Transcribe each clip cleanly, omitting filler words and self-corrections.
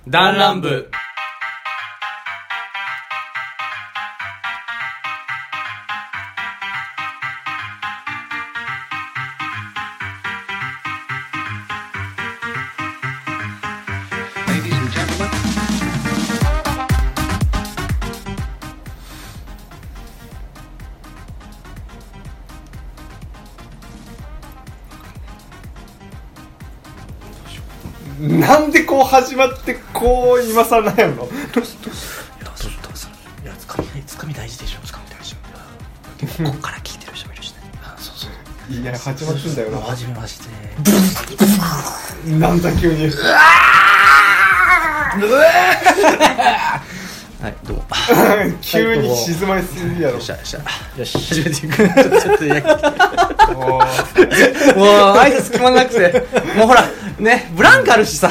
弾丸部。 なんでこう始まってこう今更悩むの？ いやつかみ大事でしょ。つかみ大事。こっから聞いてる人もいるしね。そう。 いや始まってんだよな。 初めまして。 なんだ急に。 はいどうも。 急に静まりすぎやろ。 よっしゃ。よし始めていく。ちょっともう挨拶決まんなくて、もうほらねブランクあるしさ。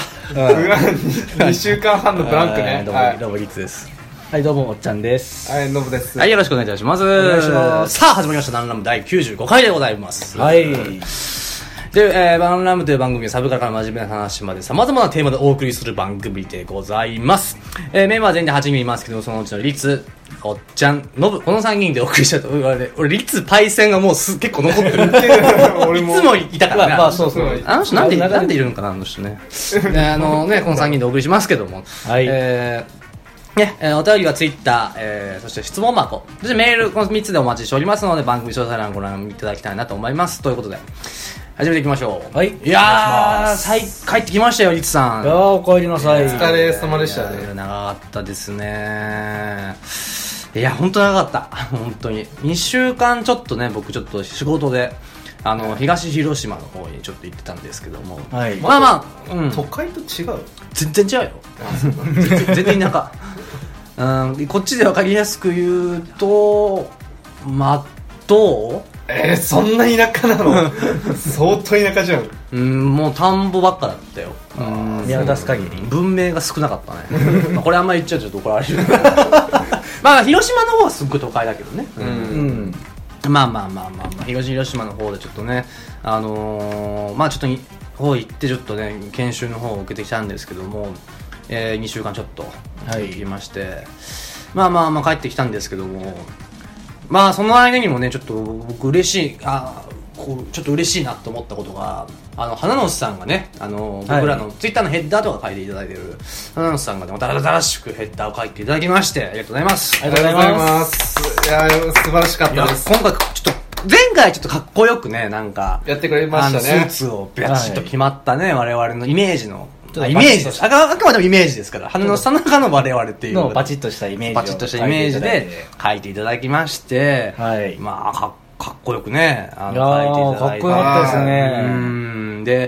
2週間半のブランクね。 どうもリツです。はいどうもおっちゃんです。 はいノブです。 はいよろしくお願いいたします。お願いします。 さあ始まりました弾丸部第95回でございます。 はい。 で、弾丸部という番組はサブカルから真面目な話まで様々なテーマでお送りする番組でございます。メンバー全員で8人いますけど、そのうちのリツ、おっちゃん、ノブ、この3人でお送りしたと言われて、俺リツパイセンがもう結構残ってる。 俺もいつもいたからね。 まあそうそう。 あの人なんでいるのかな、あの人ね。でこの3人でお送りしますけども。 はい。 お便りはツイッター、そして質問箱、そしてメール、この3つでお待ちしておりますので、番組詳細欄ご覧いただきたいなと思います。ということで、始めていきましょう。 はい。 いやー、帰ってきましたよ、リツさん。 いやー、お帰りなさい。お疲れ様でしたね。 長かったですね。いや、本当長かった。本当に。2週間ちょっとね、僕ちょっと仕事で、東広島の方にちょっと行ってたんですけども。 はい。 まあ、うん。 都会と違う？ 全然違うよ。全然田舎。こっちで分かりやすく言うと、どう？ そんな田舎なの？相当田舎じゃん。 もう田んぼばっかだったよ。 見渡す限り文明が少なかったね。これあんまり言っちゃうとちょっと怒られる。まあ広島の方はすっごい都会だけどね。まあ広島の方でちょっとね、まあちょっと方行ってちょっとね研修の方を受けてきたんですけども、2週間ちょっと行きまして、まあ帰ってきたんですけども、まあその間にもねちょっと僕嬉しいちょっと嬉しいなと思ったことが、花のさんがね僕らのツイッターのヘッダーとか書いていただいてる花のさんがねだらしくヘッダーを書いていただきまして、ありがとうございます。 ありがとうございます。いや素晴らしかったです。 今回ちょっと前回ちょっとかっこよくねなんかやってくれましたね。 スーツをビャチッと決まったね、我々のイメージのイメージです。あくまでもイメージですから、花のさんの中の我々っていうのバチッとしたイメージで書いていただきまして、まあかっこよくね書いていただいて、 かっこよかったですね。 で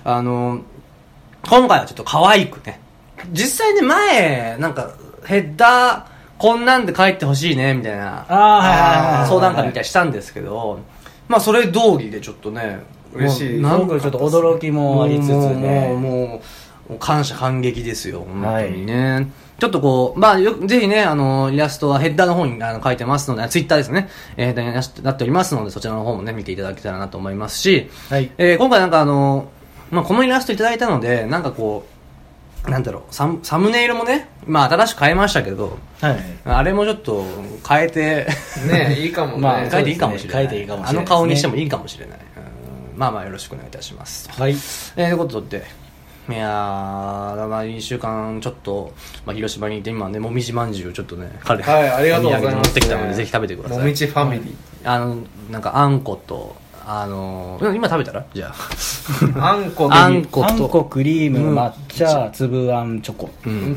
今回はちょっと可愛くね、実際ね前なんかヘッダーこんなんで書いてほしいねみたいな相談会みたいしたんですけど、まあそれ通りでちょっとね嬉しい。 なんかちょっと驚きもありつつね、 もう感謝感激ですよ本当にね。ちょっとこうぜひねイラストはヘッダーの方に書いてますので、ツイッターですね、ヘッダーになっておりますので、そちらの方もね見ていただけたらなと思いますし、今回なんかこのイラストいただいたので、なんかこうなんだろう、サムネイルもね新しく変えましたけど、あれもちょっと変えてねいいかもね。 変えていいかもしれない。あの顔にしてもいいかもしれない。まあよろしくお願いいたします。 はい。 ということで、いやー、2週間ちょっと、広島にいて今ねもみじまんじゅうをちょっとねありがとうございます。 持ってきたのでぜひ食べてください。 もみじファミリー。なんかあんこと今食べたらじゃああんこクリーム、抹茶、粒あんチョコ。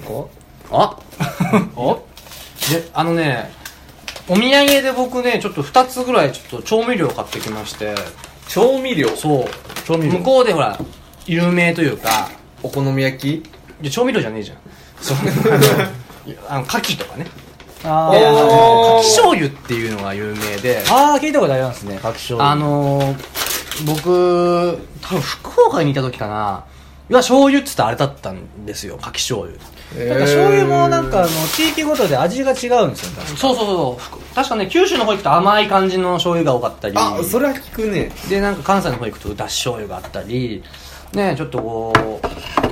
でねお土産で僕ねちょっと2つぐらいちょっと調味料買ってきまして。 調味料？ そう調味料。向こうでほら有名というかお好み焼き？ いや調味料じゃねえじゃん。そう牡蠣とかね。牡蠣醤油っていうのが有名で。 聞いたことありますね、牡蠣醤油。 僕多分福岡にいた時かな、醤油って言ったらあれだったんですよ、牡蠣醤油。 なんか醤油もなんか地域ごとで味が違うんですよ。 そう確かね九州の方行くと甘い感じの醤油が多かったり、 それは聞くね。 でなんか関西の方行くとだし醤油があったりね、ちょっとこう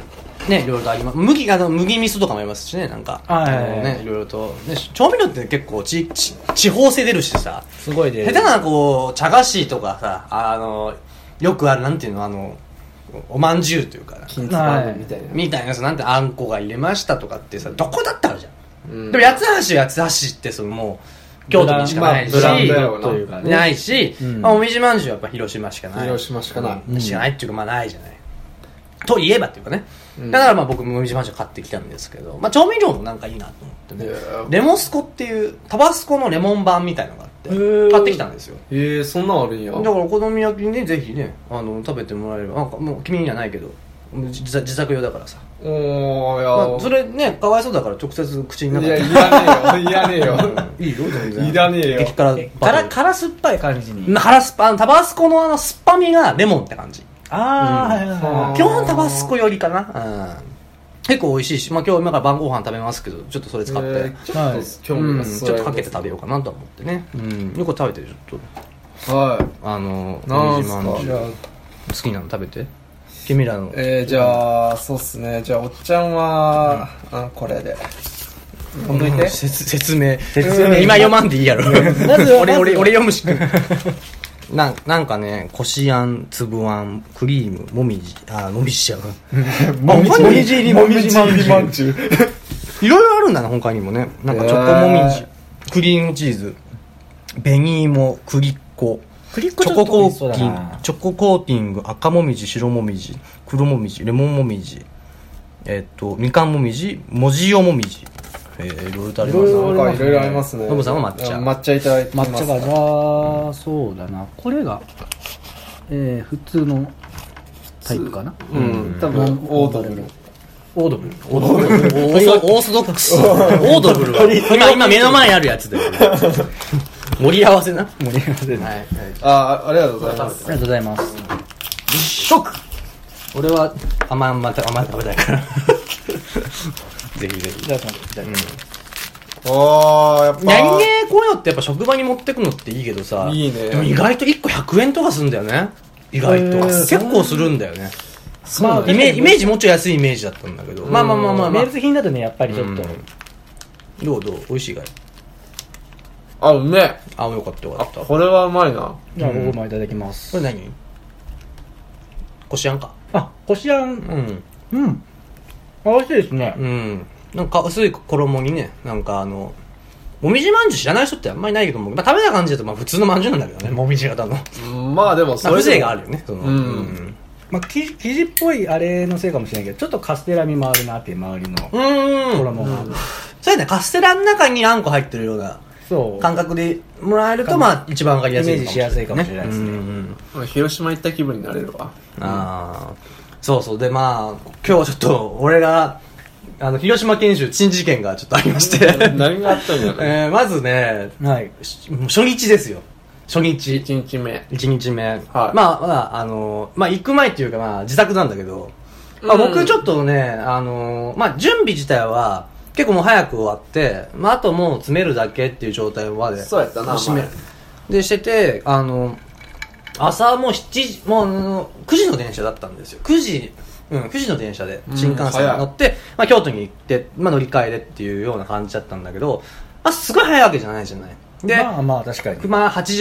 ね、いろいろとあります。麦味噌とかもありますしね、なんか。ね、いろいろと。ね、調味料って結構地方性出るしさ。 すごいで。 下手な、こう、茶菓子とかさ、よくある、なんていうの、おまんじゅうというかな。 金玉みたいな。 みたいなさ、なんてあんこが入れましたとかってさ、どこだってあるじゃん。でも、八つ橋ってもう、京都にしかないし、 ブランドやろうな。 というかね。 ないし、おみじまんじゅうはやっぱ広島しかない。 広島しかない。 しかないっていうか、まあないじゃない。と言えばっていうかね。だからまあ僕もみじまんじゅう買ってきたんですけど、まあ調味料もなんかいいなと思ってね。レモスコっていう、タバスコのレモン版みたいなのがあって、買ってきたんですよ。 そんなんあるんや。 だからお好み焼きにね、ぜひね、食べてもらえれば、なんかもう君にはないけど、自作用だからさ。 いや、 まあ、それね、かわいそうだから直接口になかった。 いらねえよ。 いいよ、全然。 いらねえよ。 激辛酸っぱい感じに。 タバスコの酸っぱみがレモンって感じ。基本タバスコよりかな。結構美味しいし、まあ今日今から晩ご飯食べますけど、ちょっとそれ使って、 ちょっとかけて食べようかなと思ってね。よく食べてる、ちょっと。 はい。 なんすか好きなの食べて。君らの。 じゃあ、そうっすね。じゃあ、おっちゃんは、これで。ほんといて。 説明。今読まんでいいやろ。俺読むしか。なんかね、こしあん、粒あん、クリーム、もみじしちゃう。 もみじ入りまんじゅう。 いろいろあるんだな、他にもね。なんかチョコもみじ、クリームチーズ、紅芋、栗っこ、チョココーティング、赤もみじ、白もみじ、黒もみじ、レモンもみじ、みかんもみじ、もじおもみじ。いろいろとあります。 いろいろありますね。 ノブさんは抹茶。 抹茶いただいてます。 抹茶が、じゃあ、そうだな。これが、普通のタイプかな。 多分、オードブル。 オーソドックス。オードブルは、今目の前にあるやつだよね。盛り合わせな。 はい。 ありがとうございます。 ありがとうございます。 ショック。俺は甘々食べたいから。ぜひぜひ。 やっぱ。 何気こういうのってやっぱ職場に持ってくのっていいけどさ。 いいね。 でも意外と1個100円とかするんだよね。意外と。結構するんだよね。まあ、イメージもうちょい安いイメージだったんだけど。まあ。 名物品だとね、やっぱりちょっと。 どう美味しいかい？ うめえ。 よかった。 これはうまいな。 じゃあ、僕もいただきます。 これ何？こしあんか。 こしあん。美味しいですね。 なんか薄い衣にね、なんかもみじまんじゅう知らない人ってあんまりないけども、まあ食べた感じだとまあ普通のまんじゅうなんだけどね、もみじ型の。 まあでもそれ風情があるよね。 まあ生地っぽいあれのせいかもしれないけど、ちょっとカステラ味もあるなっていう周りの衣が。 そうやね、カステラの中にあんこ入ってるような感覚でもらえるとまあ一番わかりやすい。 イメージしやすいかもしれないですね。 広島行った気分になれるわ。 そうでまあ今日ちょっと俺が広島県州珍事件がちょっとありまして何があったんじゃないまずね、初日ですよ。1日目。まあ行く前っていうかまあ自宅なんだけど、僕ちょっとね準備自体は結構もう早く終わって、あともう詰めるだけっていう状態までそうやったなでしてて朝もう7時もう9時の電車だったんですよ。9時の電車で新幹線に乗って、京都に行って、乗り換えでっていうような感じだったんだけど、すごい早いわけじゃないじゃない。で、 まあ確かに。 8時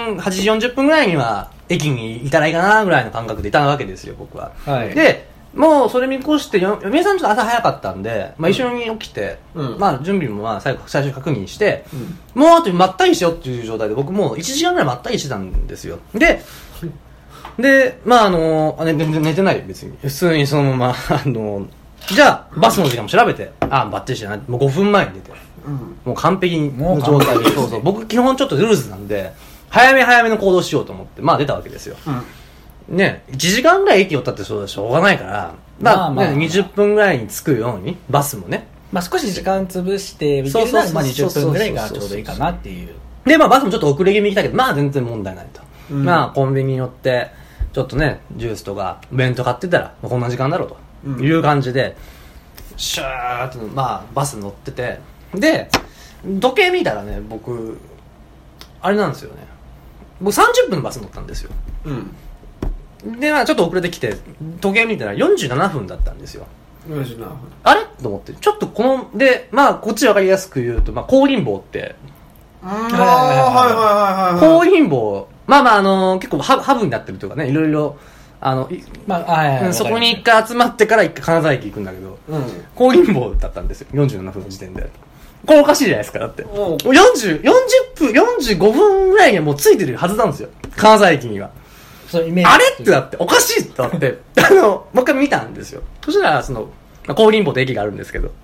40分ぐらいには駅にいたらいいかなぐらいの感覚でいたわけですよ、僕は。で、もうそれ見越して、嫁さんちょっと朝早かったんで、一緒に起きて、準備も最初確認して、もうあとまったりしようっていう状態で、僕もう1時間ぐらいまったりしてたんですよ。で、寝てないよ、別に。普通にそのまま、じゃあ、バスの時間も調べて、バッチリしてない。もう5分前に出て。もう完璧の状態で。そう。僕基本ちょっとルーズなんで、早めの行動しようと思って、出たわけですよ。ね、1時間ぐらい駅寄ったってしょうがないから、20分ぐらいに着くように、バスもね。 少し時間潰してみてるなら、20分ぐらいがちょうどいいかなっていう。 で、バスもちょっと遅れ気味に来たけど、全然問題ないと。コンビニに寄って、ちょっとね、ジュースとか、お弁当買ってたら、こんな時間だろうという感じで、シューッと、バス乗ってて、で、時計見たらね、僕、あれなんですよね。僕30分のバス乗ったんですよ。で、ちょっと遅れてきて、時計見たら47分だったんですよ。 あれと思って、ちょっとこの、で、まあ、こっちわかりやすく言うと、まあ、香林坊って、香林坊、まあまあ、結構ハブになってるというかね、いろいろ、 まあ、 そこに一回集まってから一回金沢駅行くんだけど、香林坊だったんですよ、47分の時点で。これおかしいじゃないですか、だって。40分、45分ぐらいにはもうついてるはずなんですよ、金沢駅には。あれってなって、おかしいってなって、もう一回見たんですよ。そしたら、香林坊って駅があるんですけど、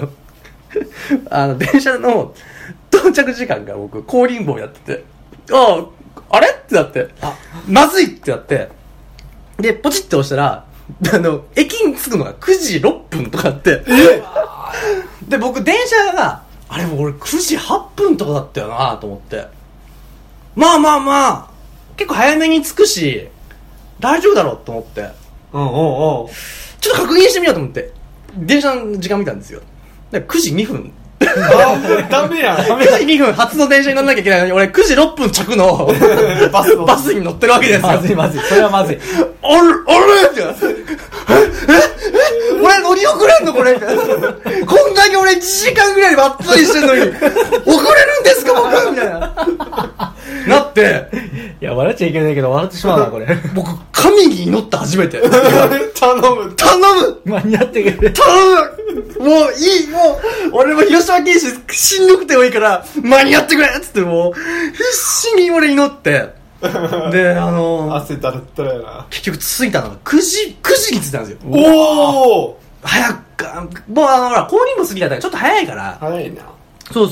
電車の到着時間が僕、香林坊やってて、あれってなって、まずいってなって、で、ポチって押したら、駅に着くのが9時6分とかあって、で、僕、電車が、あれも俺9時8分とかだったよなと思って、まあ、結構早めに着くし、大丈夫だろうと思って、ちょっと確認してみようと思って、電車の時間見たんですよ。9時2分。 ダメやん。 9時2分初の電車に乗んなきゃいけないのに、俺9時6分着のバスに乗ってるわけですよ。 まずい。それはまずい。 あれって俺乗り遅れんのこれこんなに俺1時間ぐらいばっつりしてんのに、遅れるんですか僕みたいな。なって。 いや、笑っちゃいけないけど、笑ってしまうな、これ。 僕、神に祈った初めて。 頼む間に合ってくれ。 頼むもういい、俺も広島県士しんどくてもいいから、間に合ってくれっつってもう、必死に俺祈って、で、 汗だらったらやな。 結局着いたのが9時に着いたんですよ。 おー早く、もうほら、香林坊過ぎだったからちょっと早いから。 早いな。そう。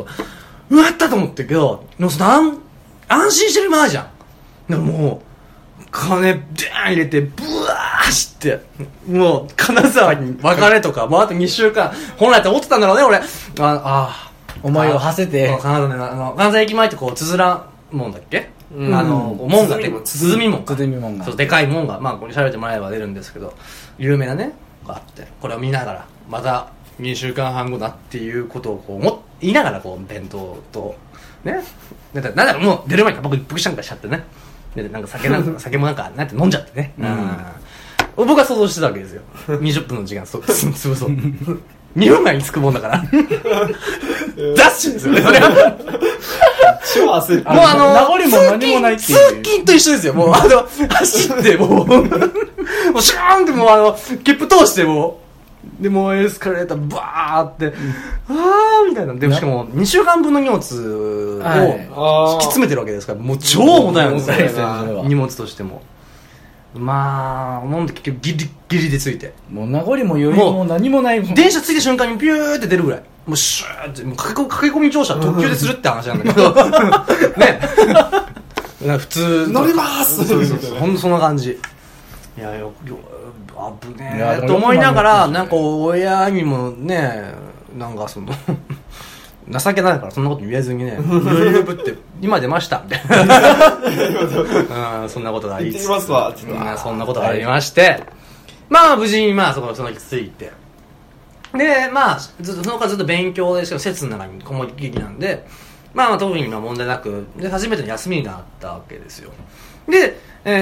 うわったと思ってるけど、安心してるままじゃん。でももう、金、ドーン入れて、ブワー走って、もう、金沢に別れとか、もうあと2週間、本来って思ってたんだろうね、俺。 思いを馳せて。 金沢駅前ってこう、つづら門だっけ？門がね、鼓門が。そう、でかい門が、まあ、ここに調べてもらえば出るんですけど、有名なね、があって、これを見ながら、また2週間半後だっていうことをこう言いながら、こう、弁当と、ね。なんだろう、もう出る前から僕シャンカしちゃってね。で、なんか酒もなんか飲んじゃってね。僕は想像してたわけですよ。20分の時間、潰そう。2分前に着くもんだから。ダッシュですよね、それは。 超焦る。 もう名残も何もないっていう。 通勤と一緒ですよ。もう走って、もうシューンってもうゲップ通してで、もうエスカレーターバーって、みたいな。でもしかも2週間分の荷物を引き詰めてるわけですから、もう超重たいんですよ。荷物としても。まあ、飲んで結局ギリギリでついて。 もう名残も余裕も何もない。 電車着いた瞬間にピューって出るぐらい。もうシューって、もう駆け込み乗車特急でするって話なんだけど。ね。普通。 乗りますそう。ほんとそんな感じ。いや、危ねえと思いながら、なんか親にもね、なんか情けないからそんなこと言えずにね、余裕ぶって今出ましたみたいな、そんなことがあり、 行ってきますわ、 そんなことがありまして、まあ無事にその日着いて、でまあその間ずっと勉強でしかも施設の中にこもりっきりなんで、まあ特に問題なくで初めての休みがあったわけですよ。で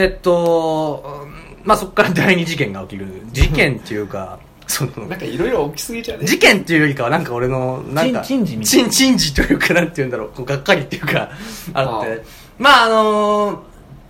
まあそこから第二事件が起きる。事件っていうかなんかいろいろ起きすぎちゃうね。 事件っていうよりかはなんか俺のなんか珍事というかなんて言うんだろう、がっかりっていうかあって、まあ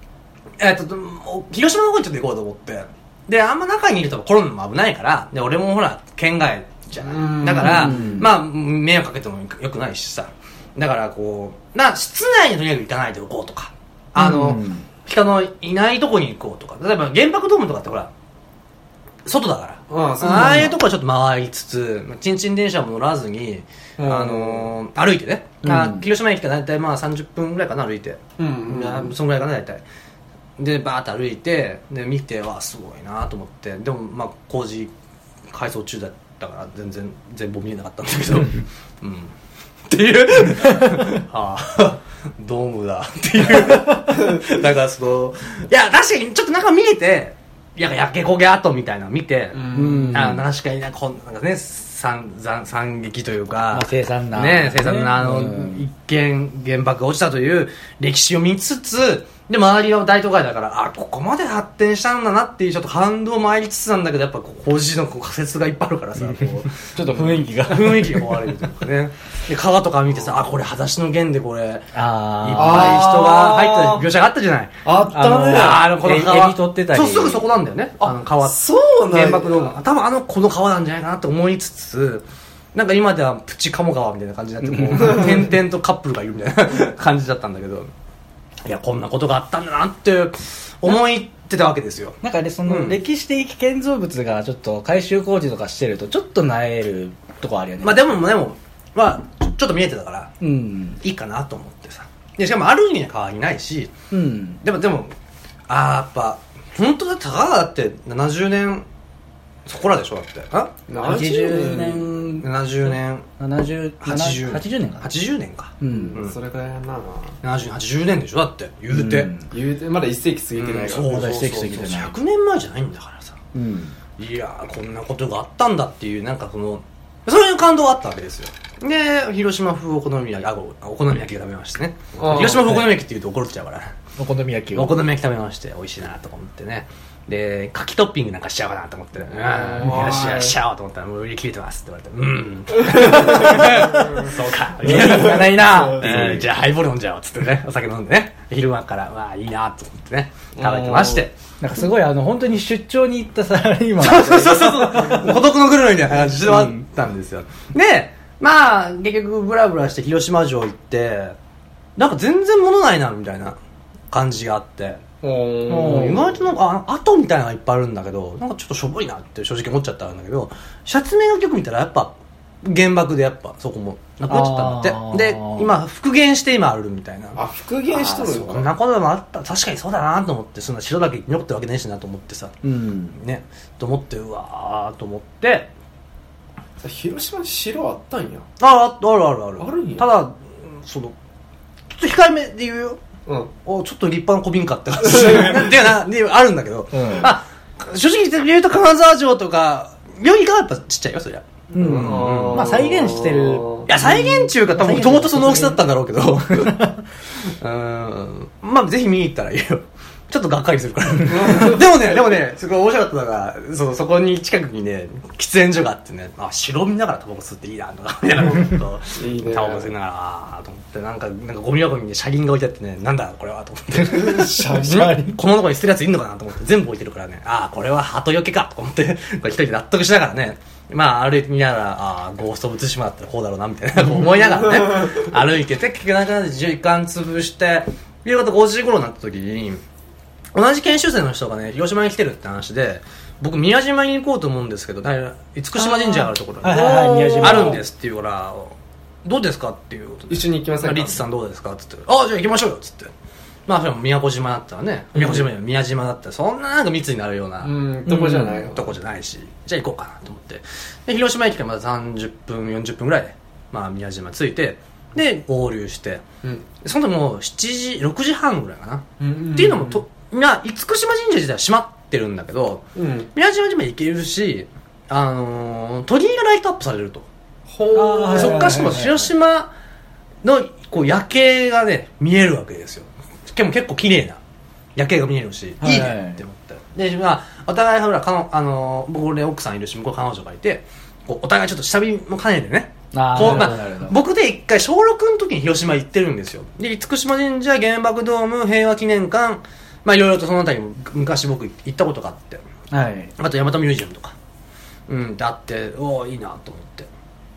広島の方にちょっと行こうと思って、であんま中にいるとコロナも危ないから、で俺もほら県外じゃない、だからまあ迷惑かけてもよくないしさ、だから室内にとにかく行かないでおこうとか、人のいないとこに行こうとか、例えば原爆ドームとかってほら外だから、ああいうとこはちょっと回りつつ、チンチン電車も乗らずに、歩いてね、広島駅から大体まあ30分ぐらいかな、歩いて、そのぐらいかな大体でバーッと歩いて、で見て、わすごいなと思って、でもまあ工事改装中だったから全然全貌見えなかったんだけどっていうドームだっていうだからいや確かにちょっと中見えて、焼け焦げ跡みたいなの見て、確かになんかね、 惨劇というか、 まあ、凄惨な一見原爆が落ちたという歴史を見つつ、で周りは大都会だから、ここまで発展したんだなっていうちょっと感動もありつつなんだけど、やっぱ工事の仮説がいっぱいあるからさ、こうちょっと雰囲気が悪いというかね。で川とか見てさ、これ裸足の弦でこれいっぱい人が入った描写があったじゃない。 あったね。 この川エビ取ってたり、 すぐそこなんだよね。川。 そうなんだ。 原爆ドーム。多分この川なんじゃないかなと思いつつ、なんか今ではプチ鴨川みたいな感じになって、こう点々とカップルがいるみたいな感じだったんだけど、いやこんなことがあったんだなって思ってたわけですよ。 なんかね、その歴史的建造物がちょっと改修工事とかしてるとちょっと萎えるとこあるよね。 まあでもまあちょっと見えてたから、いいかなと思ってさ。でしかもある意味は変わりないし、でもやっぱ本当だってたかがだって70年そこらでしょだって。 80年 70年 80年か 80年か。 それぐらいやな。 80年でしょだって言うてまだ1世紀過ぎてないから。 まだ1世紀過ぎてない。 100年前じゃないんだからさ。いやこんなことがあったんだっていう、なんかそういう感動があったわけですよ。で広島風お好み焼きを食べましてね。広島風お好み焼きって言うと怒っちゃうから、 お好み焼き食べまして美味しいなと思ってね。で牡蠣トッピングなんかしちゃおうかなと思って、よしちゃおうと思ったら、もう売り切れてますって言われて、そうかいらないな、じゃあハイボール飲んじゃおうっつってね、お酒飲んでね、昼間からいいなと思ってね食べてまして、 なんかすごい本当に出張に行ったサラリーマン、 そう孤独のグルメみたいな感じであったんですよ。でまあ結局ブラブラして広島城行って、なんか全然物ないなみたいな感じがあって、意外となんか跡みたいなのがいっぱいあるんだけど、なんかちょっとしょぼいなって正直思っちゃったんだけど、シャツメガ局見たらやっぱ原爆でやっぱそこもなくなっちゃったんだって。で今復元して今あるみたいな。 復元しとるのこんなこともあった、確かにそうだなと思って、そんな白だけ残ってるわけないしなと思ってさ、ねと思って、うわーと思って。 広島に城あったんや。 あるんや。 ただちょっと控えめで言うよ、ちょっと立派な古民家って感じであるんだけど、正直言うと金沢城とかよりかはやっぱちっちゃいよそりゃ。 まあ再現してる。 いや再現中が多分もともとその大きさだったんだろうけどまあぜひ見に行ったらいいよ。ちょっとがっかりするからでもねすごい面白かったのが、そこに近くにね喫煙所があってね、城見ながらタバコ吸っていいなとかみたいなタバコ吸いながらと思って、なんかゴミ箱にね車輪が置いてあってね、なんだこれはと思って車輪このとこに捨てるやついんのかなと思って全部置いてるからね、これは鳩よけかと思ってこれ一人で納得しながらね、歩いてみながらゴースト・オブ・ツシマだったらこうだろうなみたいな思いながらね歩いてて、結局なんか時間潰して夕方5時頃になった時に、同じ研修生の人がね広島に来てるって話で、僕宮島に行こうと思うんですけど、厳島神社があるところにあるんですって言うから、どうですかっていうことで、 一緒に行きませんか、 リツさんどうですかって言って、じゃあ行きましょうよっつって、宮古島だったらね、宮島だったらそんななんか密になるようなとこじゃないよ、 とこじゃないし、じゃあ行こうかなと思って、で広島駅からまだ30分40分ぐらいで宮島着いて、で合流して、その時もう6時半ぐらいかな、っていうのも厳島神社自体は閉まってるんだけど、宮島島行けるし、鳥居がライトアップされると。そっからしかも広島の夜景がね見えるわけですよ。結構綺麗な夜景が見えるし、いいねって思って。でお互いほら僕俺奥さんいるし向こう彼女がいて、お互いちょっと下見も兼ねてね、僕で一回小6の時に広島行ってるんですよ。で厳島神社、原爆ドーム、平和記念館、いろいろとそのあたりも昔僕行ったことがあって、あと大和ミュージアムとかであって、いいなと思って、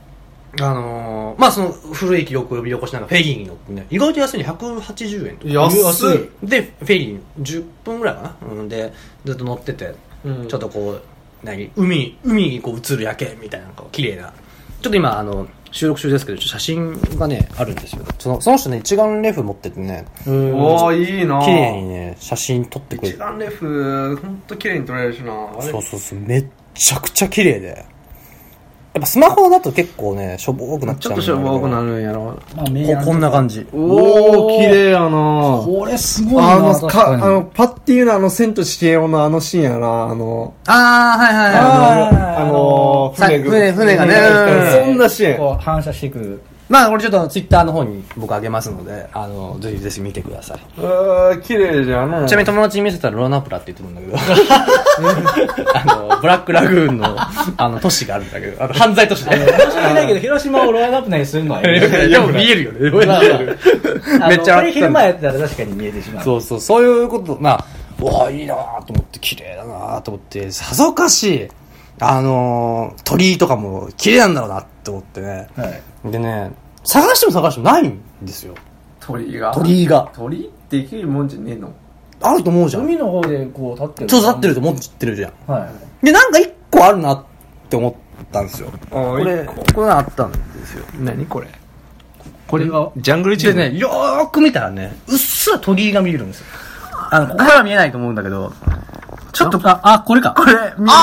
その古い記憶を呼び起こしながらフェリーに乗ってね、意外と安いに180円とか安いで、フェリー10分ぐらいかな、でずっと乗ってて、ちょっと海に映る夜景みたいな綺麗な、ちょっと今収録中ですけど写真がねあるんですよ。その人ね一眼レフ持っててね、 いいな、 綺麗にね写真撮ってくれる。 一眼レフほんと綺麗に撮れるしな。 そうめっちゃくちゃ綺麗で、やっぱスマホだと結構ねしょぼーくなっちゃうんだけど、 ちょっとしょぼーくなるんやろ、 こんな感じ。 綺麗やな。 これすごいな。 パッていうの千と千尋のシーンやな、 船がね、 そんなシーンこう反射してくる。 まあこれちょっとツイッターの方に僕上げますので、ぜひぜひ見てください。 綺麗じゃん。 ちなみに友達に見せたらローナプラって言ってるんだけどブラックラグーンの都市があるんだけど、犯罪都市で申し訳ないけど広島をローナプナにするのはでも見えるよね。めっちゃこれ昼間やったら確かに見えてしまう。 そういうこと。まあわあいいなと思って、綺麗だなと思って、さぞかし鳥居とかも綺麗なんだろうなって思ってね、はい、でね、探してもないんですよ、 鳥居が。 鳥居できるもんじゃねえの。 あると思うじゃん。 海の方でこう立ってる。 そう立ってると思ってるじゃん。 はい。 でなんか一個あるなって思ったんですよ。これあったんですよ。 何これ？ これがジャングルチューブでね、よーく見たらね、うっすら鳥居が見えるんですよ。ここから見えないと思うんだけど、ちょっとこれか。これ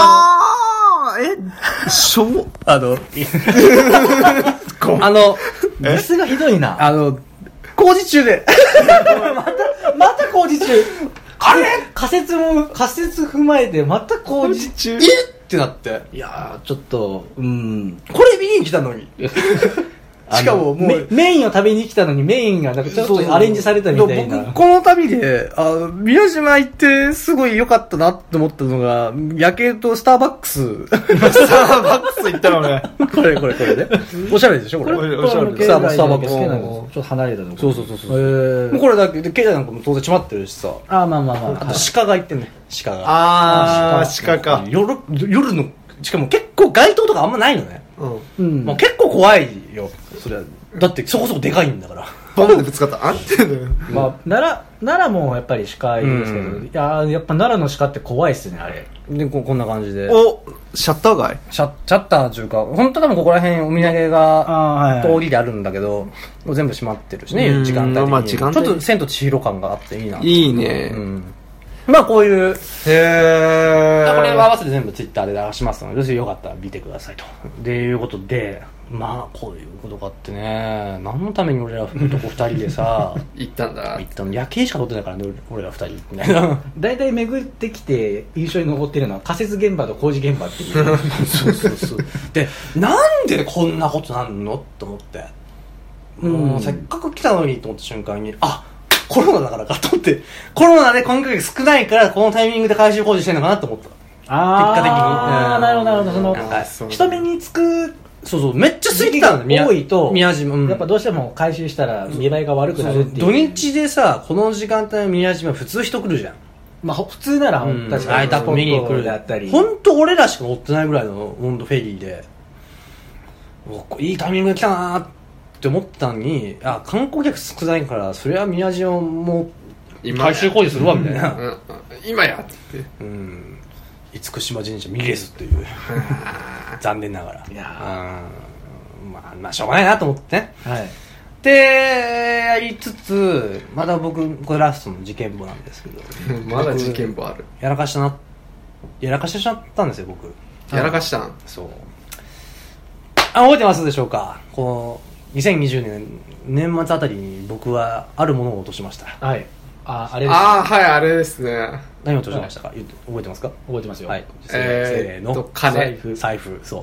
ミスがひどいな。 工事中でまた工事中。あれ仮説踏まえてまた工事中ってなって、いやーちょっとこれ見に来たのにしかももうメインを食べに来たのにメインがなんかちょっとアレンジされたみたいな。 僕この旅で宮島行ってすごい良かったなって思ったのが、夜景とスターバックススターバックス行ったのね。 これねおしゃれでしょ。これおしゃれ。スターバックスちょっと離れたとこ。 そうこれだけで経済なんかも当然閉まってるしさ。 まああと鹿が行ってんね。鹿が鹿か。 夜の、しかも結構街灯とかあんまないのね。もう結構怖いよそれは。だってそこそこでかいんだから。 ボンでぶつかったらあってんのよ。 まあ奈良もやっぱり鹿いるんですけど、やっぱ奈良の鹿って怖いっすねあれ。 でこんな感じで。 シャッター街？ シャッターというか、本当多分ここら辺お土産が通りであるんだけど、もう全部閉まってるしね、時間帯的に。ちょっと千と千尋感があっていいな。 いいね。 まあこういう、これは合わせて全部ツイッターで流しますので、よかったら見てくださいということで、まあこういうことがあってね、何のために俺ら男2人でさ行ったの。夜景しか撮ってないからね、俺ら2人みたいな。 だいたい巡ってきて印象に残ってるのは仮設現場と工事現場っていう。 そうで、なんでこんなことなんのと思って、せっかく来たのにと思った瞬間に、コロナだからかと思って、コロナで今回少ないからこのタイミングで改修工事してるのかなと思った。結果的に。 なるほど。人目につく。 そうめっちゃ空いてたのね。 多いと宮島、 やっぱどうしても回収したら見栄えが悪くなるっていう。 土日でさ、この時間帯の宮島普通人来るじゃん。 まあ普通なら確かにライトアップ見に来るだったり。本当俺らしか乗ってないぐらいの温度フェリーで、いいタイミングで来たなーって思ったのに、観光客少ないからそれは宮島も改修工事するわみたいな。 今やって。 厳島神社見れずという残念ながら。 いやまあしょうがないなと思ってね。でやりつつ、まだ僕これラストの事件簿なんですけど、 まだ事件簿ある。 やらかしてしまったんですよ僕。 やらかしたん？ そう。覚えてますでしょうか。この2020年年末あたりに僕はあるものを落としました。 はい。あれです。 あれですね。 何を落としましたか？覚えてますか？ 覚えてますよ。 はい。せーの。 金。 財布。そう。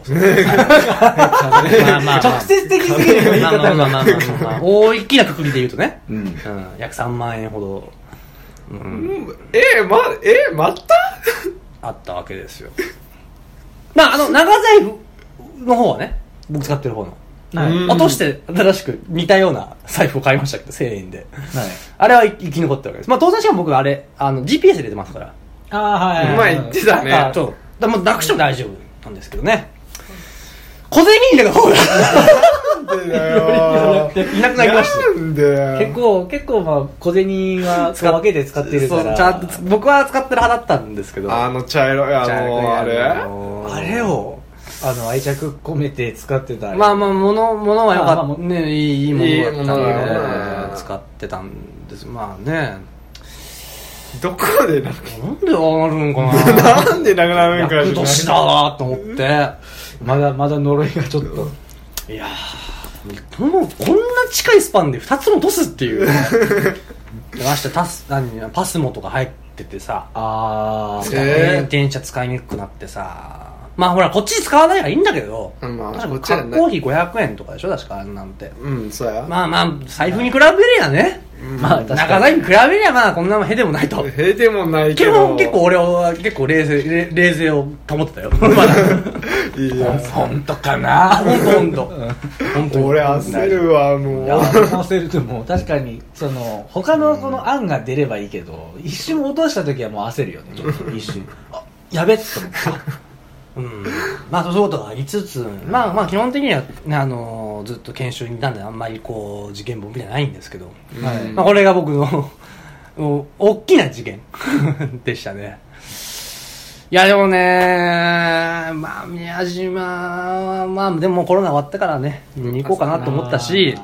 まあ直接的すぎる言い方が。 大きなくくりで言うとね。約3万円ほど。 またあったわけですよ。まあ長財布の方はね、僕使ってる方の。落として新しく似たような財布を買いましたけど、1000円で。あれは生き残ったわけです。まあ当然しかも僕あれGPS 入れてますから。 前言ってたね。 そう。もうなくしても大丈夫なんですけどね。小銭入れがほら。 なんでだよ。 いなくなりました。 なんでよ。 結構まあ小銭は分けて使ってるから。 ちゃんと僕は使ってる派だったんですけど。 茶色いあれを。 愛着込めて使ってた。 まあ物は良かったね。いいものだったんで使ってたんです。まあね。 どこでなんでああなるんかな。 なんでなくなるんか。 厄年だなと思って。 まだ呪いがちょっと。 いやもうこんな近いスパンで2つも落とすっていう。ましてパスモとか入っててさ。電車使いにくくなってさ。 まあほらこっち使わないからいいんだけど、 まあ確かこっちはね缶コーヒー500円とかでしょ確かあんなんて。 そうや。 まあまあ財布に比べりゃね、 まあ確かに中財布に比べりゃまあこんなもんへでもないと。 へでもないけ基ど。 本結構俺は結構冷静を保ってたよ。まだいや、 本当かな。本当。 俺焦るわ、もう。 いや焦るともう確かにその他のこの案が出ればいいけど、一瞬落とした時はもう焦るよね。ちょっと一瞬やべっと思ってまあそういうことがありつつ、まあ基本的には、ね、ずっと研修にいたんであんまりこう事件簿みたいなないんですけど、 はいまあ、これが僕の大きな事件でしたね。いやでもね、まあ宮島はまあでもコロナ終わってからね見に行こうかなと思ったし、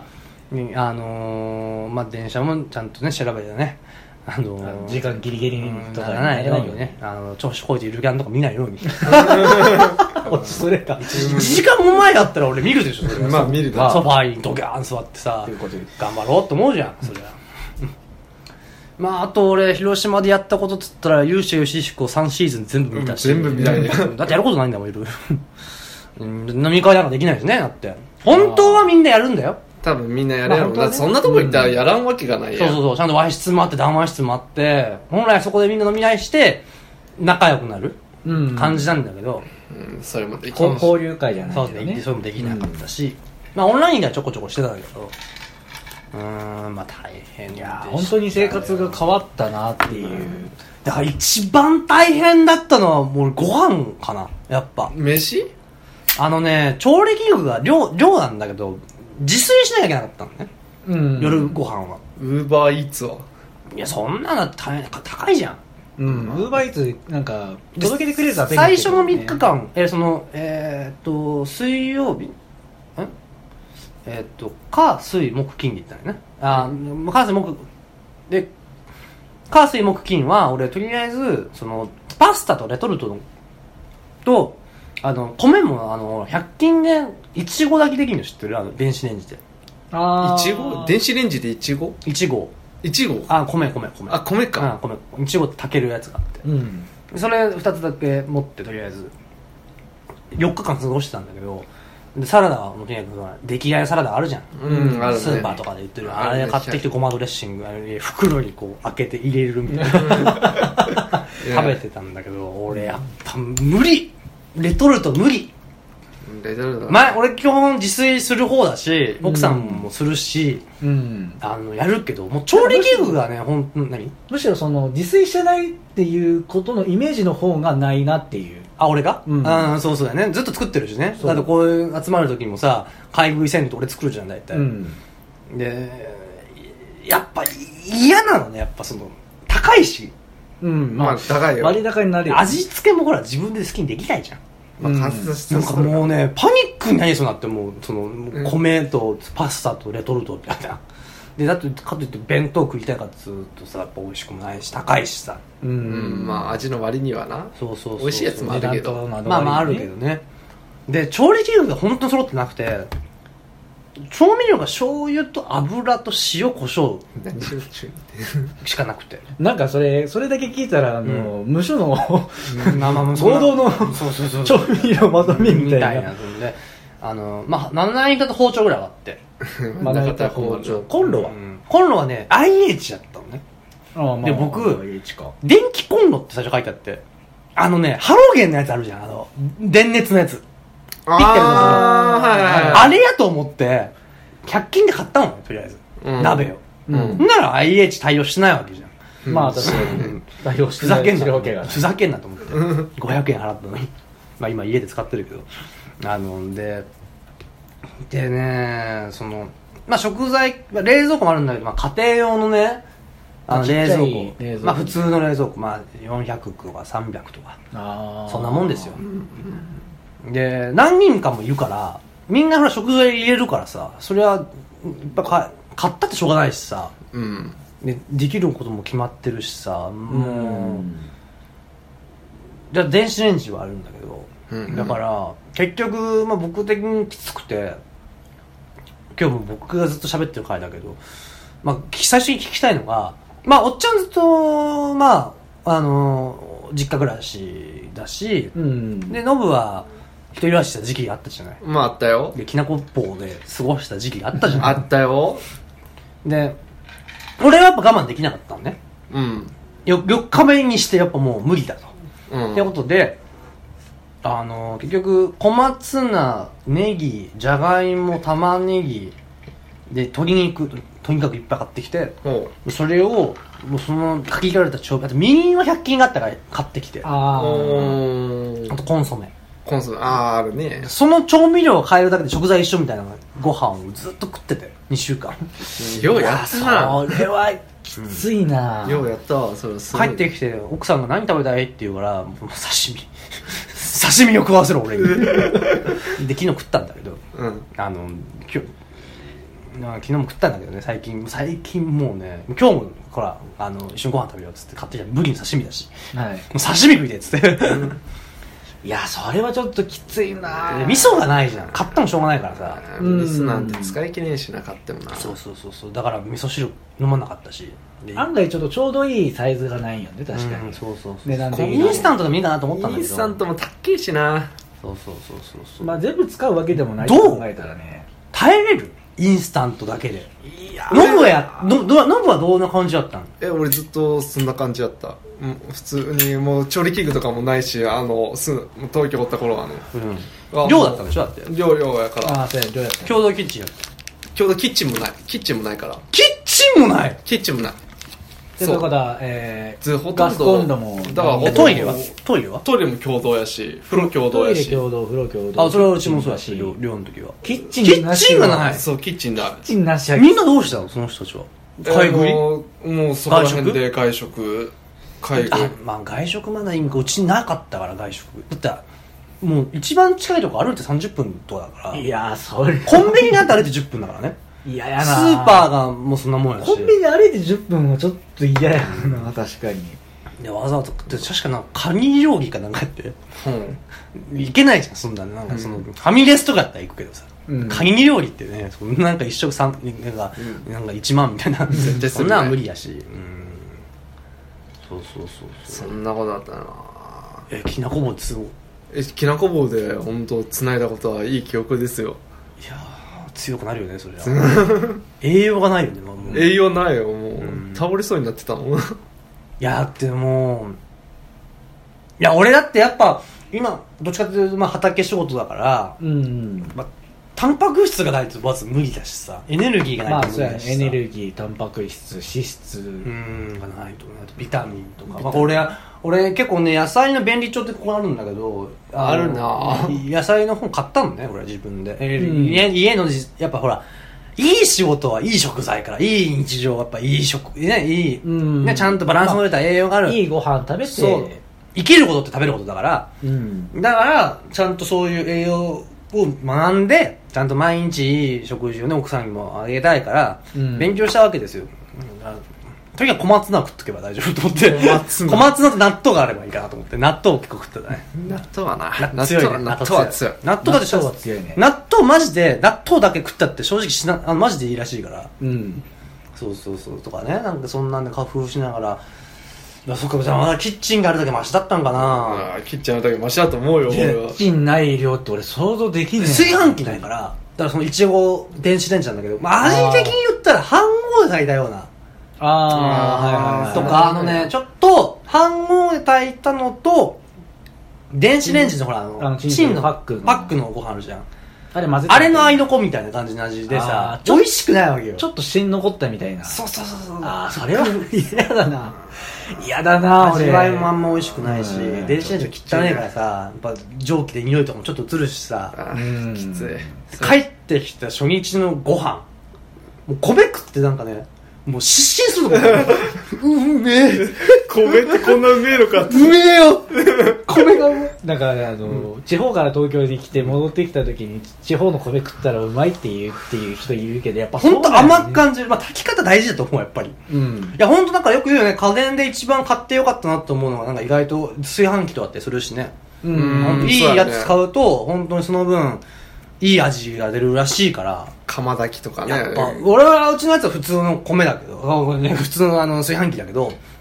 まあ電車もちゃんとね調べてね。 時間ギリギリにとかならないようにね、調子こいてゆるキャンとか見ないように。 それか 1時間も前だったら俺見るでしょそれは。 まあ見るソファーにドギャーン座ってさ頑張ろうと思うじゃんそれは。まああと俺広島でやったことっつったら勇者ヨシヒコ3シーズン全部見たし、 全部見たいね。 だってやることないんだもんいる飲み会なんかできないですねだって本当はみんなやるんだよ。 多分みんなやれるもん。 まあだってそんなとこ行ったらやらんわけがないやん。 そうちゃんと和室もあって談話室もあって本来そこでみんな飲み会して仲良くなる感じなんだけど、 それもできない。 交流会じゃないそうけどね。 そういうのできなかったし、まあオンラインではちょこちょこしてたんだけどまあ大変でしたね。 本当に生活が変わったなっていう。 だから一番大変だったのはもうご飯かなやっぱ。 飯？ 調理器具が量なんだけど自炊しなきゃいけなかったのね、夜ご飯は。 ウーバーイーツは？ いやそんなの大変高いじゃん。 ウーバーイーツなんか届けてくれるとは便利最だけどね初の3日間水曜日火水木金で言ったらね火水木で火水木金は俺とりあえずそのパスタとレトルトと米も100均でいちご炊きできるの知ってる？電子レンジであいちご？電子レンジでいちご？ いちご米あ、 米か。 米いちご炊けるやつがあって、それ2つだけ持ってとりあえず4日間過ごしてたんだけど、でサラダはもうとにかく出来合いのサラダあるじゃん、 あるね。 スーパーとかで売ってるあるねあれ買ってきてごまドレッシング袋にこう開けて入れるみたいな食べてたんだけど俺やっぱ無理レトルト無理。俺基本自炊する方だし奥さんもするし、やるけどもう調理器具がねむしろその自炊してないっていうことのイメージの方がないなっていう。 俺がそうだよねずっと作ってるしね。だってこういう集まる時もさ買い食いせんと俺作るじゃん大体、でやっぱ嫌なのねやっぱその高いしまあ高いよ。 割高になるよ。 味付けもほら自分で好きにできないじゃん。 なんかもうねパニックになりそうになってもうその米とパスタとレトルトみたいなでだってかといって弁当食いたいかっつうとさやっぱ美味しくもないし高いしさまあ味の割にはなそう美味しいやつもあるけどまああるけどね。で調理器具が本当に揃ってなくて調味料が醤油と油と塩コショウしかなくてなんかそれだけ聞いたら無所の合同の調味料まとめみたいなで7円だと包丁ぐらいあってまな板包丁コンロはね IH だったのね。で僕電気コンロって最初書いてあってハロゲンのやつあるじゃん電熱のやつあれやと思って100均で買ったのよとりあえず鍋をなら IH 対応してないわけじゃん。 まあ確かに対応してないふざけんなと思って500円払ったのにまあ今家で使ってるけどでね食材冷蔵庫もあるんだけど家庭用のね冷蔵庫普通の冷蔵庫400とか300とかそんなもんですよ。で何人かもいるからみんなほら食材入れるからさそれはやっぱ買ったってしょうがないしさ、できることも決まってるしさじゃあ電子レンジはあるんだけど、だから結局、僕的にきつくて今日も僕がずっと喋ってる回だけど、最初に聞きたいのがおっちゃんずっと実家暮らしだし、 うんでノブは一人暮らしした時期があったじゃない。 まああったよ。 できなこ棒で過ごした時期があったじゃない。 あったよ。 で俺はやっぱ我慢できなかったのね。 うん。 4日目にしてやっぱもう無理だと、 うん。 ってことで結局小松菜、ネギ、じゃがいも、玉ねぎで鶏肉とにかくいっぱい買ってきて、 ほそれをもうその限られた調味、あとみりんは100均があったから買ってきて、あう。 あとコンソメ、 コンソメ、あるね。 その調味料を変えるだけで食材一緒みたいなご飯をずっと食ってて2週間ようやったな。 それはきついな、 ようやったわ、それすごい。 帰ってきて奥さんが何食べたいって言うからもう刺身刺身を食わせろ俺にで昨日食ったんだけど、 うん。 昨日も食ったんだけどね、最近もうね、今日もほら一緒にご飯食べようっつって買ってきたブリの刺身だし、 はい、 もう刺身食いてっつっていやそれはちょっときついな。 味噌がないじゃん、買ったもしょうがないからさ。 ミスなんて使い切れんしなかったもんな。 そうだから味噌汁飲まなかったし、 案外ちょうどいいサイズがないよね、確かに。 そう値段的にインスタントでもいいかなと思ったんだけど、 インスタントも高いしな。 そうまあ全部使うわけでもないと考えたらね。 耐えれるインスタントだけで。 いやノブはどんな感じだったの？ 俺ずっとそんな感じだった。普通にもう調理器具とかもないし、東京おった頃はね。 寮だったでしょ、だって。 寮やから。 ああ、そうや、寮やった。 共同キッチンやった。 ちょうどキッチンもないから。 キッチンもない。 で、どこだ、ガスコンロも。 だからトイレはトイレも共同やし、風呂共同やし。 トイレ共同、風呂共同。 あ、それはうちもそうだし、寮の時は。 キッチンなし。 がない。 そう、キッチンだ。 キッチンなし。 みんなどうしたのその人たちは。買い食い？ もうそこら辺で外食。 まあ外食まだいいんか、うちなかったから外食。だってもう一番近いとこ歩いて30分とかだから。 いやそれ。 コンビニなんて歩いて10分だからね。 いややな。 スーパーがもうそんなもんやし。 コンビニ歩いて10分はちょっと嫌やな、確かに。 でわざわざ食って、確かな、カニ料理かなんかやって。いけないじゃん、そんなね。なんかファミレスとかやったら行くけどさ。カニ料理ってね、そんななんか一食なんか1万みたいな。そんなは無理やし。そうそんなことだったな。 きなこ棒ってすごい。 きなこ棒で本当繋いだことはいい記憶ですよ。 いや強くなるよね、それは。栄養がないよね、もう。 栄養ないよ、もう。倒れそうになってたもん。 いや、でも、いや、俺だってやっぱ、今、どっちかというと、まあ、畑仕事だから、まあ、タンパク質がないとまず無理だしさ、エネルギーがないと無理だしさ。 エネルギー、タンパク質、脂質。 がないとね、あとビタミンとか。まあ、俺結構ね、野菜の便利帳ってここあるんだけど、 あるな野菜の本買ったのね、俺自分で。家の、やっぱほら、いい仕事はいい食材から、いい日常はやっぱいい食、ね、ね、ちゃんとバランスの取れた栄養がある。 いいご飯食べて。 そう。生きることって食べることだから、だから、ちゃんとそういう栄養を学んで、ちゃんと毎日いい食事をね、奥さんにもあげたいから、勉強したわけですよ。とにかく小松菜を食っとけば大丈夫と思って、小松菜と納豆があればいいかなと思って、納豆を結構食ってたね。 納豆はな、 強いね。 納豆は強い。 納豆は強いね。納豆マジで、納豆だけ食ったって正直マジでいいらしいから。そうとかね、なんかそんなんで工夫しながら、そっか、じゃあまだキッチンがあるだけマシだったんかな。 キッチンあるだけマシだと思うよ、俺は。 キッチンない量って俺想像できねえ。 炊飯器ないから、だからそのいちご電子レンジなんだけど、まあ味的に言ったら半合で炊いたような。とか、ちょっと、半合で炊いたのと、電子レンジのほら、チンのパックのご飯あるじゃん。あれの合いの子みたいな感じの味でさ、美味しくないわけよ。 ちょっと芯残ったみたいな。 そう。 それは嫌だな。嫌だな、俺。 味わいもあんま美味しくないし、電子レンジは汚いからさ、やっぱ蒸気で匂いとかもちょっと移るしさ、 きつい。 帰ってきた初日のご飯、もう米食ってなんかね、もう失神するのもうめえ米ってこんなうめえのかって。 うめえよ米がうめえ。 だから地方から東京に来て戻ってきた時に地方の米食ったらうまいっていう人いるけど、やっぱほんと甘く感じる。まあ炊き方大事だと思う、やっぱり。いやほんとなんかよく言うよね、家電で一番買ってよかったなと思うのは、なんか意外と炊飯器とかってするしね。いいやつ買うと本当にその分いい味が出るらしいから。 釜炊きとかね。 やっぱ俺はうちのやつは普通の米だけど、普通の炊飯器だけど、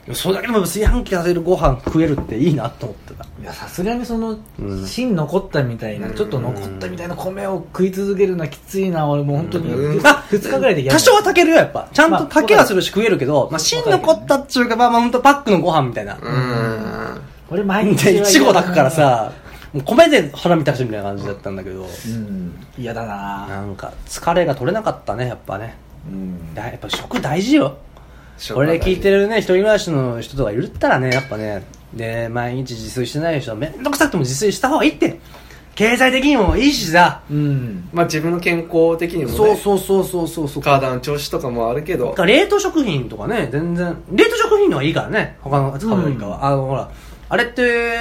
それだけでも炊飯器が出るご飯食えるっていいなと思ってた。 いや、さすがにその、芯残ったみたいな、ちょっと残ったみたいな米を食い続けるのはきついな。俺もう本当に2日ぐらいで多少は炊けるよ、やっぱ。ちゃんと炊けはするし食えるけど、芯残ったっちゅうか、本当パックのご飯みたいな。 俺毎日で、1合炊くからさ、もう米で腹満たしてみたいな感じだったんだけど、 嫌だな。 なんか疲れが取れなかったね、やっぱね。やっぱ食大事よ。これ聞いてるね、一人暮らしの人とかいるったらね、やっぱね、で、毎日自炊してない人はめんどくさくても自炊した方がいいって。経済的にもいいしさ。 まあ自分の健康的にもね。 そう。 体の調子とかもあるけど。 冷凍食品とかね、全然、冷凍食品のはいいからね、他の使うよりかは。ほら、あれって、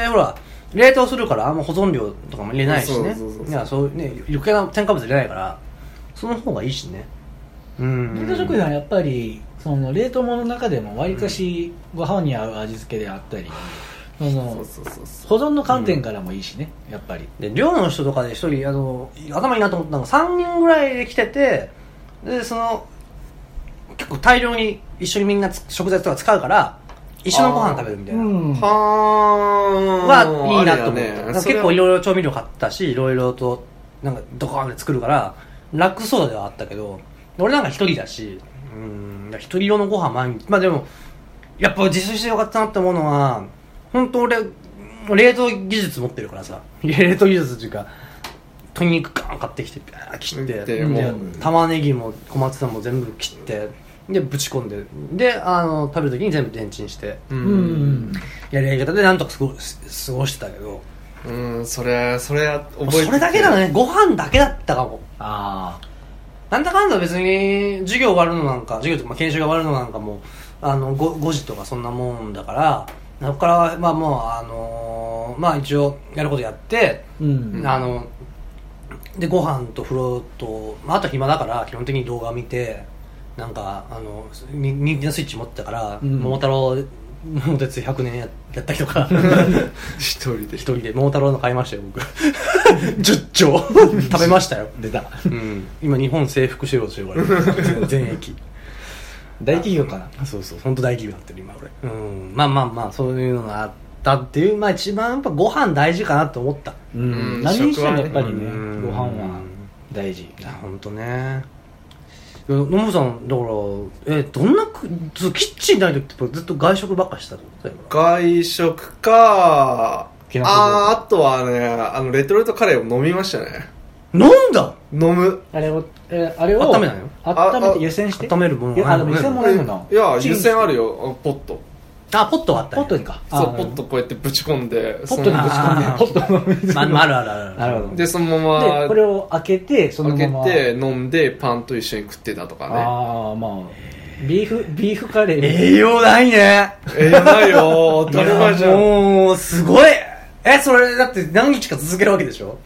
ほら、冷凍するからあんま保存料とかも入れないしね。いや、そうね、余計な添加物入れないから、その方がいいしね。 冷凍食品はやっぱり、その冷凍物の中でもわりかしご飯に合う味付けであったり、保存の観点からもいいしね、やっぱり。 で、寮の人とかで一人、頭いいなと思ったのが3人ぐらいで来てて、で、結構大量に一緒にみんな食材とか使うから、一緒のご飯食べるみたいな。はいいなと思った。結構いろいろ調味料買ったし、いろいろと、なんかドカーンで作るから、楽そうではあったけど、俺なんか一人だし、一人用のご飯毎日。まあでも、やっぱ自炊してよかったなって思うのは、本当俺、冷凍技術持ってるからさ、冷凍技術っていうか、鶏肉ガーン買ってきて、切って、で玉ねぎも小松菜も全部切って、で、ぶち込んで、で、食べるときに全部レンチンして、やり方でなんとか過ごしてたけど、 それ覚えてそれだけだね、ご飯だけだったかも。なんだかんだ別に授業終わるのなんか、授業とか研修が終わるのなんかも5時とかそんなもんだから、そこからまあもうまあ一応やることやって、でご飯と風呂と、あと暇だから基本的に動画を見て、なんか人気のスイッチ持ってたから桃太郎桃鉄100年やったりとか一人で桃太郎の買いましたよ僕10丁食べましたよ。 出た、 今日本征服しようとしてるから全駅大企業かな。 そう本当大企業になってる今俺。まあそういうのがあったっていう、まあ一番やっぱご飯大事かなと思った。 何にしてもやっぱりね、ご飯は大事。 本当ね。野本さんだからどんなキッチンない時ってずっと外食ばっかしたの？ 外食かあとはねレトルトカレーを飲みましたね。 飲んだ？ 飲む。 あれを温めないの？ 温めて湯煎して。 温めるもの。 湯煎もないもの。 いや湯煎あるよ、ポット。 ポットはあった。 ポットにか。 そう、ポットこうやってぶち込んで、 ポットにぶち込んで、ポットの水。 ある。 なるほど。 で、そのまま、 で、これを開けて、 そのまま。開けて、飲んで、パンと一緒に食ってたとかね。 まあ、ビーフカレー。 栄養ないね。 栄養ないよ。当たり前じゃん。 もう、すごい。それ、だって何日か続けるわけでしょ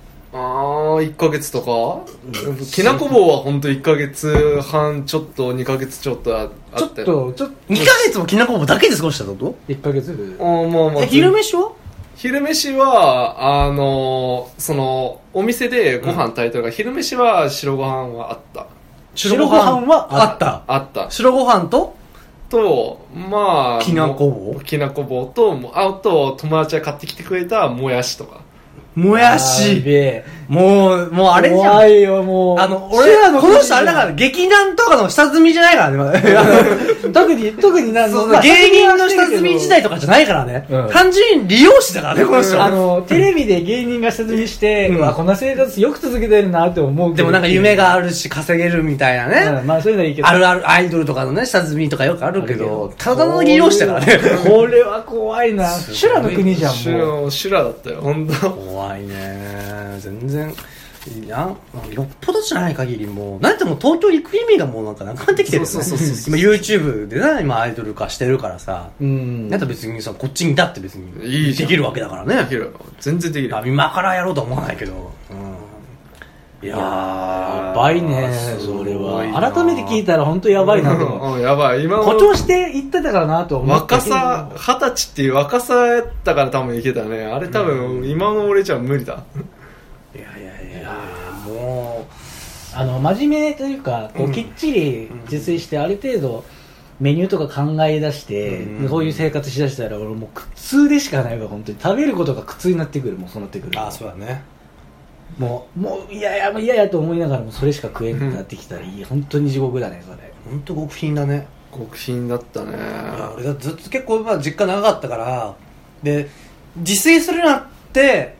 ？1ヶ月とかきなこ棒はほんと1ヶ月半ちょっと2ヶ月ちょっとあってちょっと2ヶ月もきなこ棒だけで過ごしたってこと？ 1ヶ月昼飯は？ 昼飯はそのお店でご飯炊いたから、昼飯は白ご飯はあった。 白ご飯はあった白ご飯とまあきなこ棒とあと友達が買ってきてくれたもやしとか。 もやしもうあれじゃん。 怖いよ、もう。 俺らのこの人あれだから、劇団とかの下積みじゃないからね。 特に芸人の下積み時代とかじゃないからね。単純に利用師だからね、この人。 テレビで芸人が下積みして、こんな生活よく続けてるなって思うけど。 でもなんか夢があるし、稼げるみたいなね。 まあそういうのはいいけど。 あるアイドルとかのね、下積みとかよくあるけど、ただの利用師だからね。 これは怖いな。修羅の国じゃん、もう。 修羅だったよ、ほんと。 怖いね。全然よっぽどじゃない限りもうなんてもう東京行く意味がもうなんかなくなってきてるよね。今 YouTube でね今アイドル化してるからさ、なんか別にさこっちにだって別にできるわけだからね。 できる、全然できる。 今からやろうとは思わないけど、いややばいね。それは改めて聞いたら本当やばいなと思う。 やばい。今誇張して言ってたからなと思った。 若さ20歳っていう若さやったから多分いけたね。あれ多分今の俺じゃ無理だ。 いやもう真面目というかこうきっちり自炊してある程度メニューとか考え出して、こういう生活しだしたら俺もう苦痛でしかないわ。本当に食べることが苦痛になってくる。もうそうなってくる。 そうだね。 もう嫌やと思いながらもそれしか食えんくなってきたら、本当に地獄だねそれ。 本当極貧だね。 極貧だったね。 俺だずっと結構実家長かったからで自炊するなって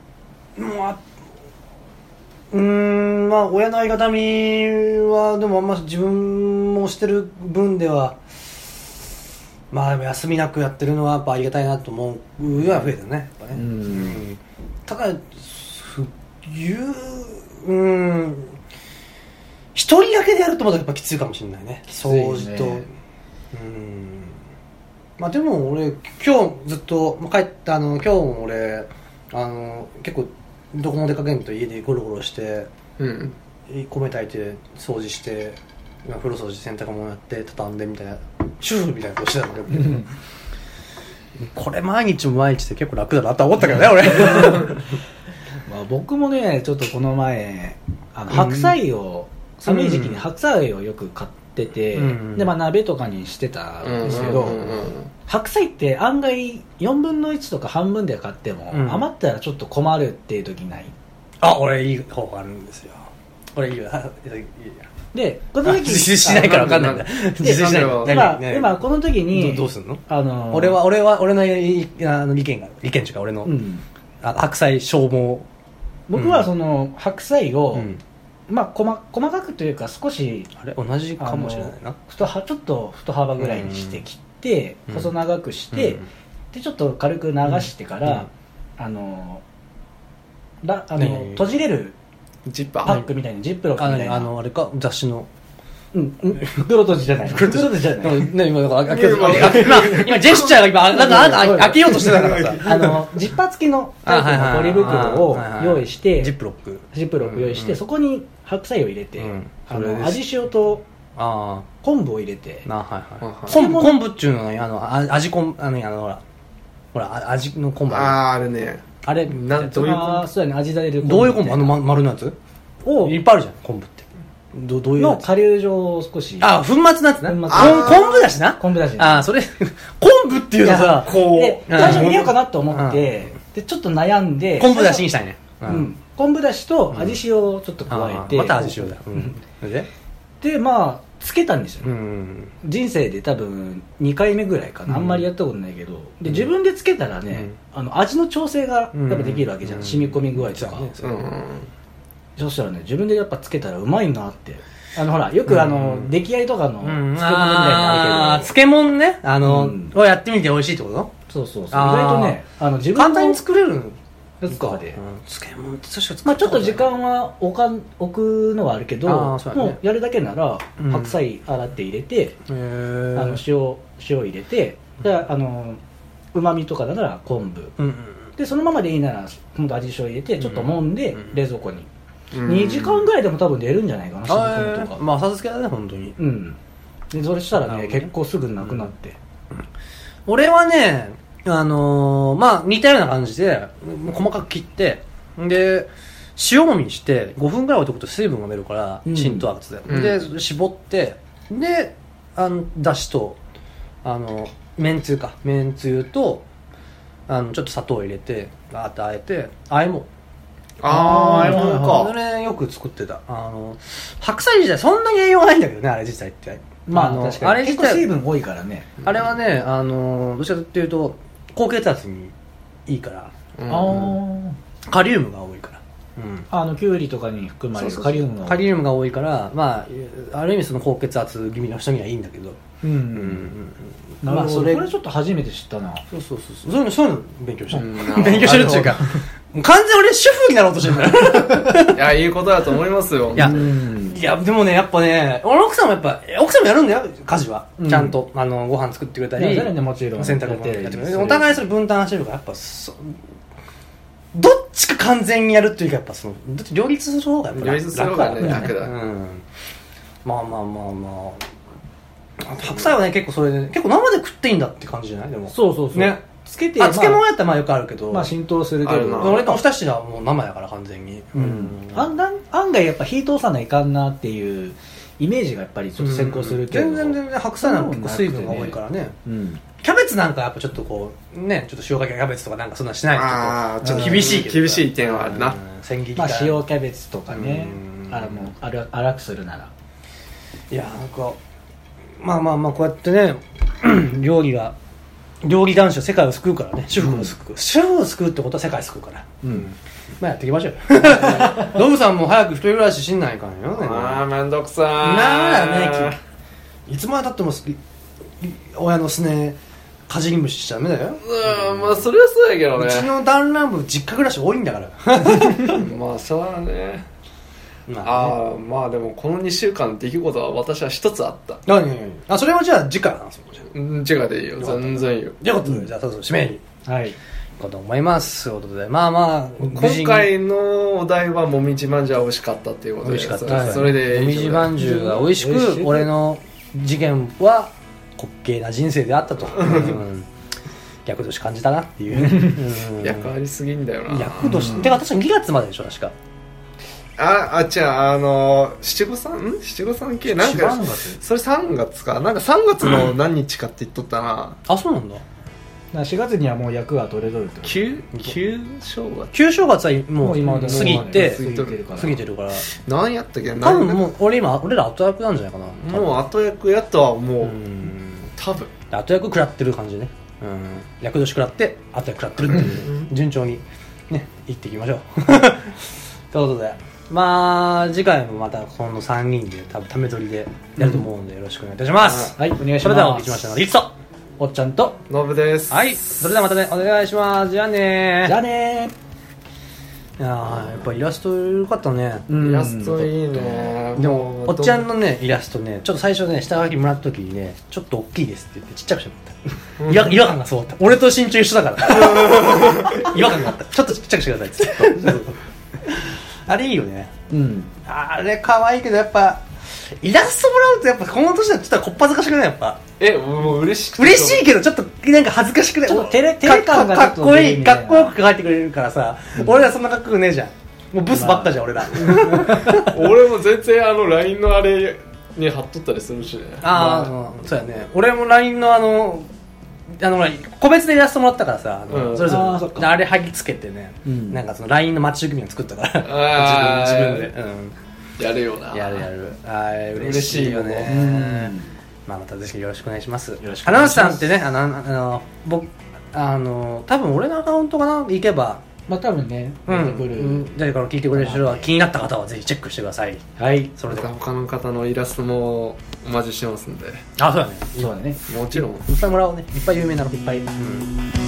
親の相方みはでもあんま自分もしてる分ではでも休みなくやってるのはやっぱありがたいなと思う上は増えたねやっぱね。ただ一人だけでやるとまだやっぱきついかもしれないね。掃除とでも俺今日ずっと帰った今日も俺結構どこも出かけんと家でゴロゴロして、米炊いて掃除して風呂掃除洗濯物やって畳んでみたいな主婦みたいなことしてたんだけどこれ毎日で結構楽だなと思ったけどね俺僕もねちょっとこの前白菜を、寒い時期に白菜をよく買ってて、で鍋とかにしてたんですけど、白菜って案外4分の1とか半分で買っても、余ったらちょっと困るっていう時ない？ 俺いい方法あるんですよ。俺いいよ。 でこの時自炊しないから分かんないんだ。自炊しない今この時にどうすんの？俺の意見が意見っていうか俺の白菜消耗。 僕はその白菜を細かくというか少し同じかもしれないな。 ちょっと太幅ぐらいにして切って細長くしてでちょっと軽く流してから閉じれるパックみたいなジップロックみたいなあれか雑誌の袋閉じじゃない袋閉じじゃない今だから今ジェスチャーが今なんか開けようとしてたからさジッパー付きのタイプのポリ袋を用意してジップロック用意してそこに白菜を入れて味塩と昆布を入れて昆布っていうのは味昆布ほら味の昆布あれねあれどういう昆布？ そうだね味だれるどういう昆布丸のやついっぱいあるじゃん昆布ってどういうの顆粒状を少し粉末のやつな昆布だしな昆布だしそれ昆布っていうのさ最初入れようかなと思ってでちょっと悩んで昆布だしにしたいね昆布だしと味塩をちょっと加えてまた味塩だでつけたんですよ人生で多分2回目ぐらいかなあんまりやったことないけどで自分でつけたらね味の調整がやっぱできるわけじゃん染み込み具合とかそしたらね自分でやっぱつけたらうまいなってほらよく出来合いとかの漬物みたいなのあるけど漬物ねをやってみて美味しいってことそう意外とね自分簡単に作れるやつとかで漬物って確かにちょっと時間は置くのはあるけどもうやるだけなら白菜洗って入れて塩入れてうまみとかだから昆布でそのままでいいなら今度味塩入れてちょっと揉んで冷蔵庫に2時間ぐらいでも多分出るんじゃないかな染み込むとか浅漬けだね本当にでそれしたらね結構すぐなくなって俺はね似たような感じで細かく切ってで塩もみにして5分ぐらい置いとくと水分が出るから浸透圧で絞ってでだしとめんつゆとちょっと砂糖を入れてガーッとあえてあえもそれよく作ってた白菜自体そんなに栄養はないんだけどねあれ自体って確かに結構水分多いからねあれはねどちらかというと高血圧にいいからカリウムが多いからキュウリとかに含まれるカリウムが多いからある意味その高血圧気味の人にはいいんだけどなるほどこれちょっと初めて知ったなそういうの勉強してる勉強してるっていうか完全に俺主婦になろうとしてるんだよいやいいことだと思いますよいやでもねやっぱね俺の奥さんもやるんだよ家事はちゃんとご飯作ってくれたりもちろん洗濯もやってくれてお互いそれ分担してるからやっぱどっちか完全にやるっていうかやっぱ両立する方がやっぱ楽だまあ白菜はね結構それで結構生で食っていいんだって感じじゃないでもそうねつけて漬物やったらよくあるけど浸透するけど俺と2品はもう生やから完全に案外やっぱ火通さないかんなっていうイメージがやっぱりちょっと先行するけど、 全然白菜なんか結構水分が多いからね、キャベツなんかやっぱちょっとこうね、ちょっと塩かけキャベツとかなんかそんなしないとちょっと厳しいけど、 厳しい点はあるな。 千切りまあ塩キャベツとかね、粗くするなら、 いやなんかまあこうやってね料理男子は世界を救うからね、主婦を救う、主婦を救うってことは世界を救うから、まあやっていきましょうよノブさんも早く一人暮らししんないかんよね。 めんどくさいなあね、いつまでたっても親のすねかじり虫しちゃダメだよ。 まあそれはそうやけどね。 うちの団らん部実家暮らし多いんだからまあそうだね。 まあでもこの2週間の出来事は私は一つあった。 あ、それはじゃあ次回なんですよ。 次回でいいよ、全然いいよ。 じゃあじゃあそろそろ締めにはいかと思います。ということで今回のお題はもみじまんじゅうは美味しかったっていうことで、 美味しかった。 それでもみじまんじゅうが美味しく、俺の事件は滑稽な人生であったと厄年感じたなっていう厄ありすぎんだよな。 厄年ってか確か2月まででしょ確か。 じゃあ七五三系なんかそれ3月かなんか3月の何日かって言っとったな。 あ、そうなんだ。 4月にはもう役は取れとるってこと。 旧正月はもう今過ぎてるから何やったっけ。 多分もう俺ら後役なんじゃないかな。 もう後役やとはもう多分後役食らってる感じね。役年食らって後役食らってるっていう順調にね行っていきましょうということで次回もまたこの3人で多分ため撮りでやると思うんでよろしくお願いいたします。 はい、お願いします。 それではお聞きしましたのリツとおっちゃんとノブです。 はい、それではまたねお願いします。じゃあねいややっぱイラストよかったね。 イラストいいね。 でもおっちゃんのねイラストねちょっと最初ね下書きもらった時にねちょっと大きいですって言ってちっちゃくしてもらった違和感がそうだった。俺と身長一緒だから違和感があった。ちょっとちっちゃくしてくださいってあれいいよね。あれ可愛いけどやっぱイラストもらうとやっぱこの年はちょっとこっぱずかしくない。やっぱもう嬉しいけどちょっとなんか恥ずかしくない。 照れ感がかっこいいかっこよく描いてくれるからさ、俺らそんなかっこよくねえじゃん。もうブスばっかじゃん俺ら俺も全然LINE のあれに貼っとったりするしね。 そうやね。俺も LINE の個別でイラストもらったからさ、それぞれあれ貼り付けてね、なんかその LINE の待ち受け身を作ったから自分でやるよな。 やる嬉しいよね。またぜひよろしくお願いします。花内さんってね僕多分俺のアカウントかな行けば多分ね誰から聞いてくれる人は気になった方はぜひチェックしてください。はい。それで他の方のイラストもお待ちしてますんで。 そうだね。 そうだね。 もちろんいっぱいもらおうね。いっぱい有名なのいっぱい。